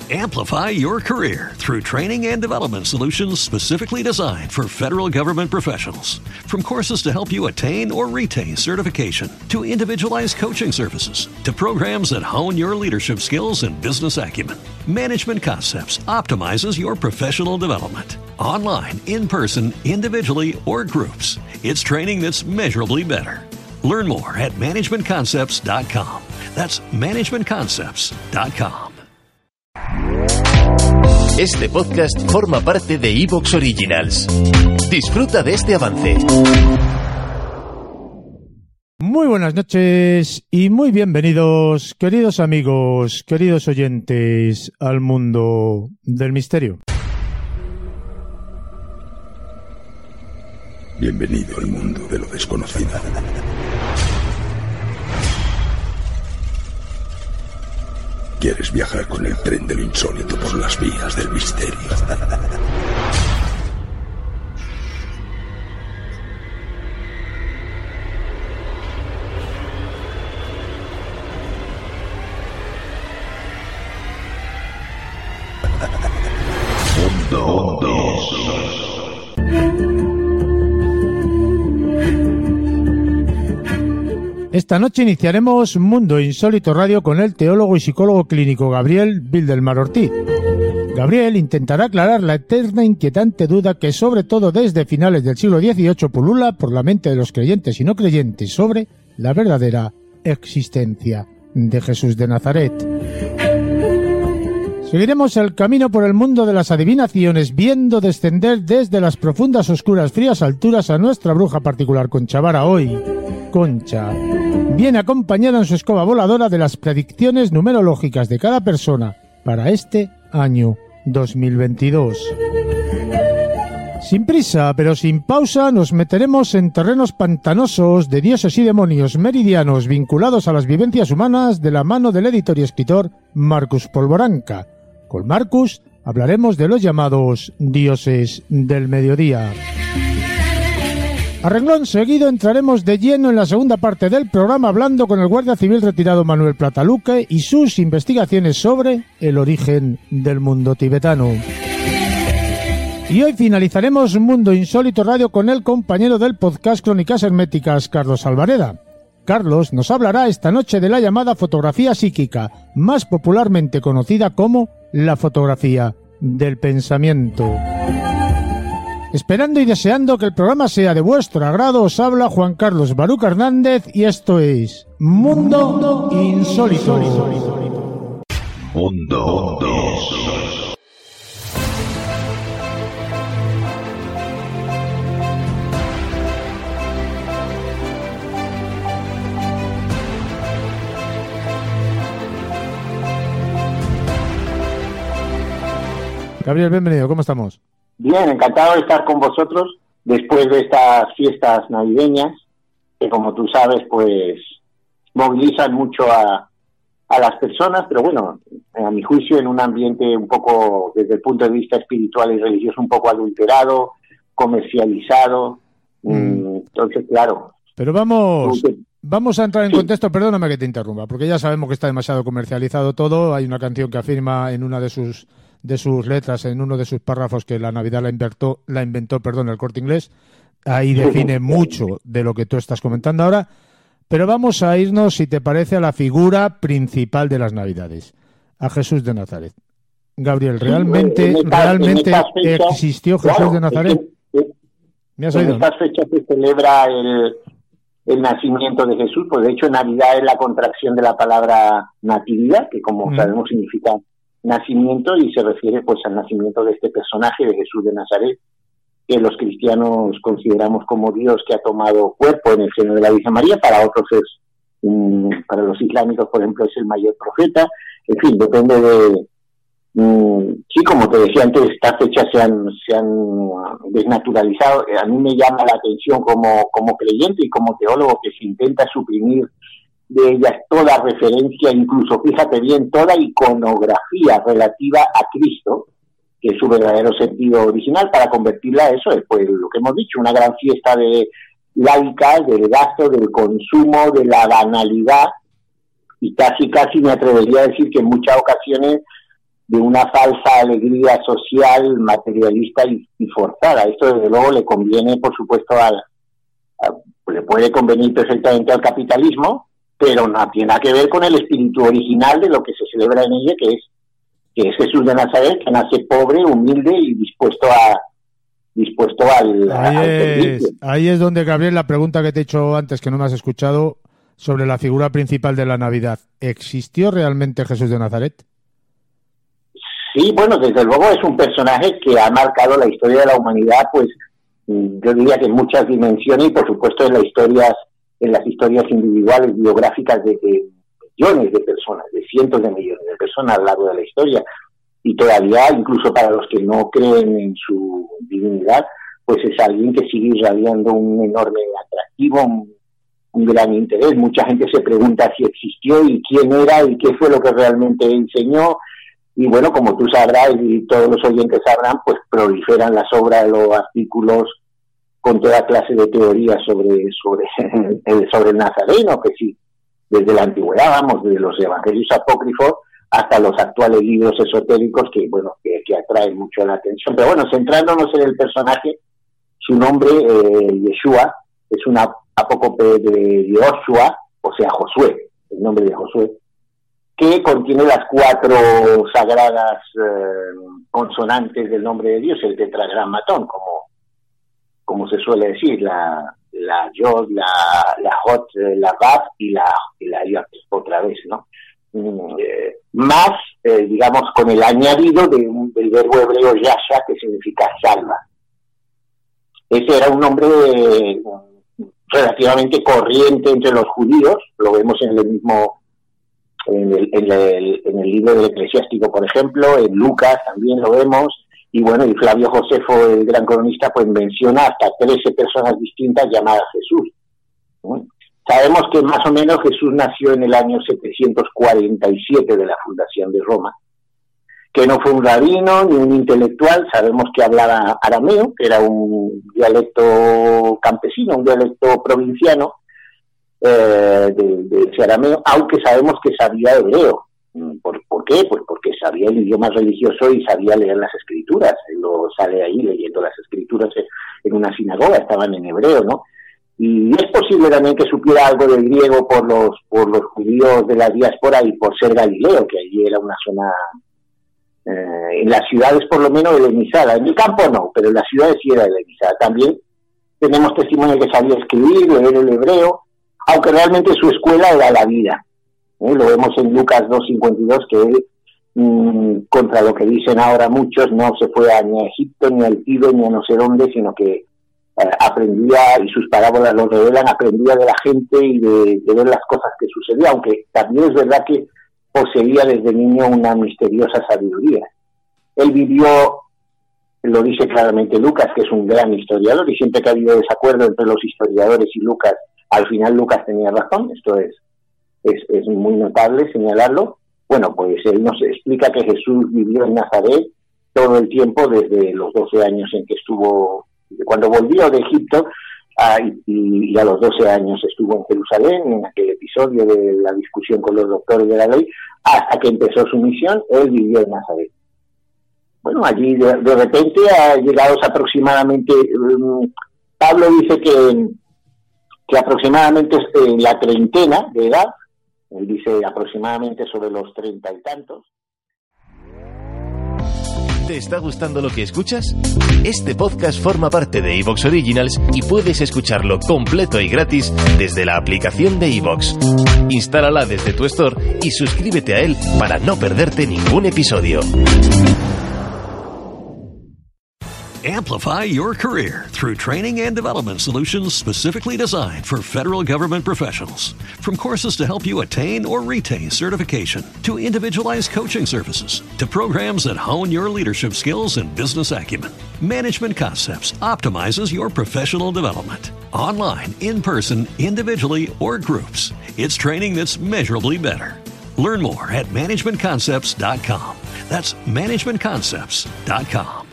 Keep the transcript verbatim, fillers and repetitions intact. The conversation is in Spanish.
Amplify your career through training and development solutions specifically designed for federal government professionals. From courses to help you attain or retain certification, to individualized coaching services, to programs that hone your leadership skills and business acumen, Management Concepts optimizes your professional development. Online, in person, individually, or groups, it's training that's measurably better. Learn more at management concepts dot com. That's management concepts dot com. Este podcast forma parte de iVoox Originals. Disfruta de este avance. Muy buenas noches y muy bienvenidos, queridos amigos, queridos oyentes, al mundo del misterio. Bienvenido al mundo de lo desconocido. ¿Quieres viajar con el tren de lo insólito por las vías del misterio? Mundo Esta noche iniciaremos Mundo Insólito Radio con el teólogo y psicólogo clínico Gabriel Bildelmar Ortiz. Gabriel intentará aclarar la eterna inquietante duda que sobre todo desde finales del siglo dieciocho pulula por la mente de los creyentes y no creyentes sobre la verdadera existencia de Jesús de Nazaret. Seguiremos el camino por el mundo de las adivinaciones, viendo descender desde las profundas, oscuras, frías alturas a nuestra bruja particular, Concha Vara. Hoy, Concha viene acompañada en su escoba voladora de las predicciones numerológicas de cada persona para este año dos mil veintidós. Sin prisa, pero sin pausa, nos meteremos en terrenos pantanosos de dioses y demonios meridianos vinculados a las vivencias humanas de la mano del editor y escritor Marcus Polvoranca. Con Marcus hablaremos de los llamados dioses del mediodía. A renglón seguido entraremos de lleno en la segunda parte del programa hablando con el guardia civil retirado Manuel Plataluque y sus investigaciones sobre el origen del mundo tibetano. Y hoy finalizaremos Mundo Insólito Radio con el compañero del podcast Crónicas Herméticas, Carlos Alvareda. Carlos nos hablará esta noche de la llamada fotografía psíquica, más popularmente conocida como la fotografía del pensamiento. Esperando y deseando que el programa sea de vuestro agrado, os habla Juan Carlos Baruch Hernández y esto es Mundo Insólito. Mundo Insólito. Gabriel, bienvenido, ¿cómo estamos? Bien, encantado de estar con vosotros después de estas fiestas navideñas, que como tú sabes, pues movilizan mucho a, a las personas, pero bueno, a mi juicio en un ambiente un poco, desde el punto de vista espiritual y religioso, un poco adulterado, comercializado, mm. entonces claro. Pero vamos... Vamos a entrar en contexto, perdóname que te interrumpa, porque ya sabemos que está demasiado comercializado todo. Hay una canción que afirma en una de sus de sus letras, en uno de sus párrafos, que la Navidad la inventó, la inventó, perdón, el Corte Inglés. Ahí define mucho de lo que tú estás comentando ahora. Pero vamos a irnos, si te parece, a la figura principal de las Navidades, a Jesús de Nazaret. Gabriel, ¿realmente, en esta, realmente en fecha, existió Jesús claro, de Nazaret? Es que, ¿Me has en oído? estas fechas se celebra el, el nacimiento de Jesús, pues de hecho Navidad es la contracción de la palabra natividad, que como mm. sabemos significa nacimiento, y se refiere pues al nacimiento de este personaje de Jesús de Nazaret, que los cristianos consideramos como Dios que ha tomado cuerpo en el seno de la Virgen María. Para otros es, um, para los islámicos por ejemplo, es el mayor profeta. En fin, depende de, um, sí, como te decía antes, estas fechas se han, se han desnaturalizado. A mí me llama la atención como, como creyente y como teólogo que se intenta suprimir de ellas toda referencia, incluso, fíjate bien, toda iconografía relativa a Cristo, que es su verdadero sentido original, para convertirla a eso, después lo que hemos dicho, una gran fiesta de laica, del gasto, del consumo, de la banalidad, y casi casi me atrevería a decir que en muchas ocasiones de una falsa alegría social, materialista y, y forzada. Esto desde luego le conviene, por supuesto, al, a, le puede convenir perfectamente al capitalismo, pero no tiene nada que ver con el espíritu original de lo que se celebra en ella, que es, que es Jesús de Nazaret, que nace pobre, humilde y dispuesto a dispuesto al, ahí al es, servicio. Ahí es donde, Gabriel, la pregunta que te he hecho antes, que no me has escuchado, sobre la figura principal de la Navidad. ¿Existió realmente Jesús de Nazaret? Sí, bueno, desde luego es un personaje que ha marcado la historia de la humanidad, pues yo diría que en muchas dimensiones y por supuesto en las historias, en las historias individuales, biográficas de, de millones de personas, de cientos de millones de personas a lo largo de la historia. Y todavía, incluso para los que no creen en su divinidad, pues es alguien que sigue irradiando un enorme atractivo, un, un gran interés. Mucha gente se pregunta si existió y quién era y qué fue lo que realmente enseñó. Y bueno, como tú sabrás y todos los oyentes sabrán, pues proliferan las obras, los artículos con toda clase de teorías sobre, sobre, sobre el Nazareno, que sí, desde la antigüedad, vamos, desde los evangelios apócrifos hasta los actuales libros esotéricos que, bueno, que, que atraen mucho la atención. Pero bueno, centrándonos en el personaje, su nombre, eh, Yeshua, es una apócope de Yoshua, o sea, Josué, el nombre de Josué, que contiene las cuatro sagradas eh, consonantes del nombre de Dios, el tetragramatón, como, como se suele decir, la, la Yod, la, la Jot, la Vav y la, y la Yod, otra vez, ¿no? Eh, más, eh, digamos, con el añadido de un, del verbo hebreo yasha, que significa salva. Ese era un nombre eh, relativamente corriente entre los judíos, lo vemos en el mismo, en el, en el, en el libro del Eclesiástico, por ejemplo, en Lucas también lo vemos, y bueno, y Flavio Josefo, el gran cronista, pues menciona hasta trece personas distintas llamadas Jesús, ¿no? Sabemos que más o menos Jesús nació en el año setecientos cuarenta y siete de la fundación de Roma, que no fue un rabino ni un intelectual. Sabemos que hablaba arameo, que era un dialecto campesino, un dialecto provinciano eh, de, de ese arameo, aunque sabemos que sabía hebreo. ¿Por, ¿Por qué? Pues porque sabía el idioma religioso y sabía leer las escrituras. Él lo sale ahí leyendo las escrituras en una sinagoga, estaban en hebreo, ¿no? Y es posible también que supiera algo del griego por los por los judíos de la diáspora y por ser Galileo, que allí era una zona, eh, en las ciudades por lo menos helenizada. En el campo no, pero en las ciudades sí era helenizada. También tenemos testimonio que sabía escribir, leer el hebreo, aunque realmente su escuela era la vida. ¿Eh? Lo vemos en Lucas dos cincuenta y dos, que él, mmm, contra lo que dicen ahora muchos, no se fue a, ni a Egipto, ni al Tíbet, ni a no sé dónde, sino que aprendía, y sus parábolas lo revelan, aprendía de la gente y de, de ver las cosas que sucedían, aunque también es verdad que poseía desde niño una misteriosa sabiduría. Él vivió, lo dice claramente Lucas, que es un gran historiador, y siempre que ha habido desacuerdo entre los historiadores y Lucas, al final Lucas tenía razón. Esto es, es, es muy notable señalarlo. Bueno, pues él nos explica que Jesús vivió en Nazaret todo el tiempo, desde los doce años en que estuvo, cuando volvió de Egipto, a, y, y a los doce años estuvo en Jerusalén, en aquel episodio de la discusión con los doctores de la ley, hasta que empezó su misión. Él vivió en Nazaret. Bueno, allí de, de repente, ha llegado aproximadamente, um, Pablo dice que, que aproximadamente en la treintena de edad, él dice aproximadamente sobre los treinta y tantos. ¿Te está gustando lo que escuchas? Este podcast forma parte de iVoox Originals y puedes escucharlo completo y gratis desde la aplicación de iVoox. Instálala desde tu store y suscríbete a él para no perderte ningún episodio. Amplify your career through training and development solutions specifically designed for federal government professionals. From courses to help you attain or retain certification, to individualized coaching services, to programs that hone your leadership skills and business acumen, Management Concepts optimizes your professional development. Online, in person, individually, or groups, it's training that's measurably better. Learn more at management concepts dot com. That's management concepts dot com.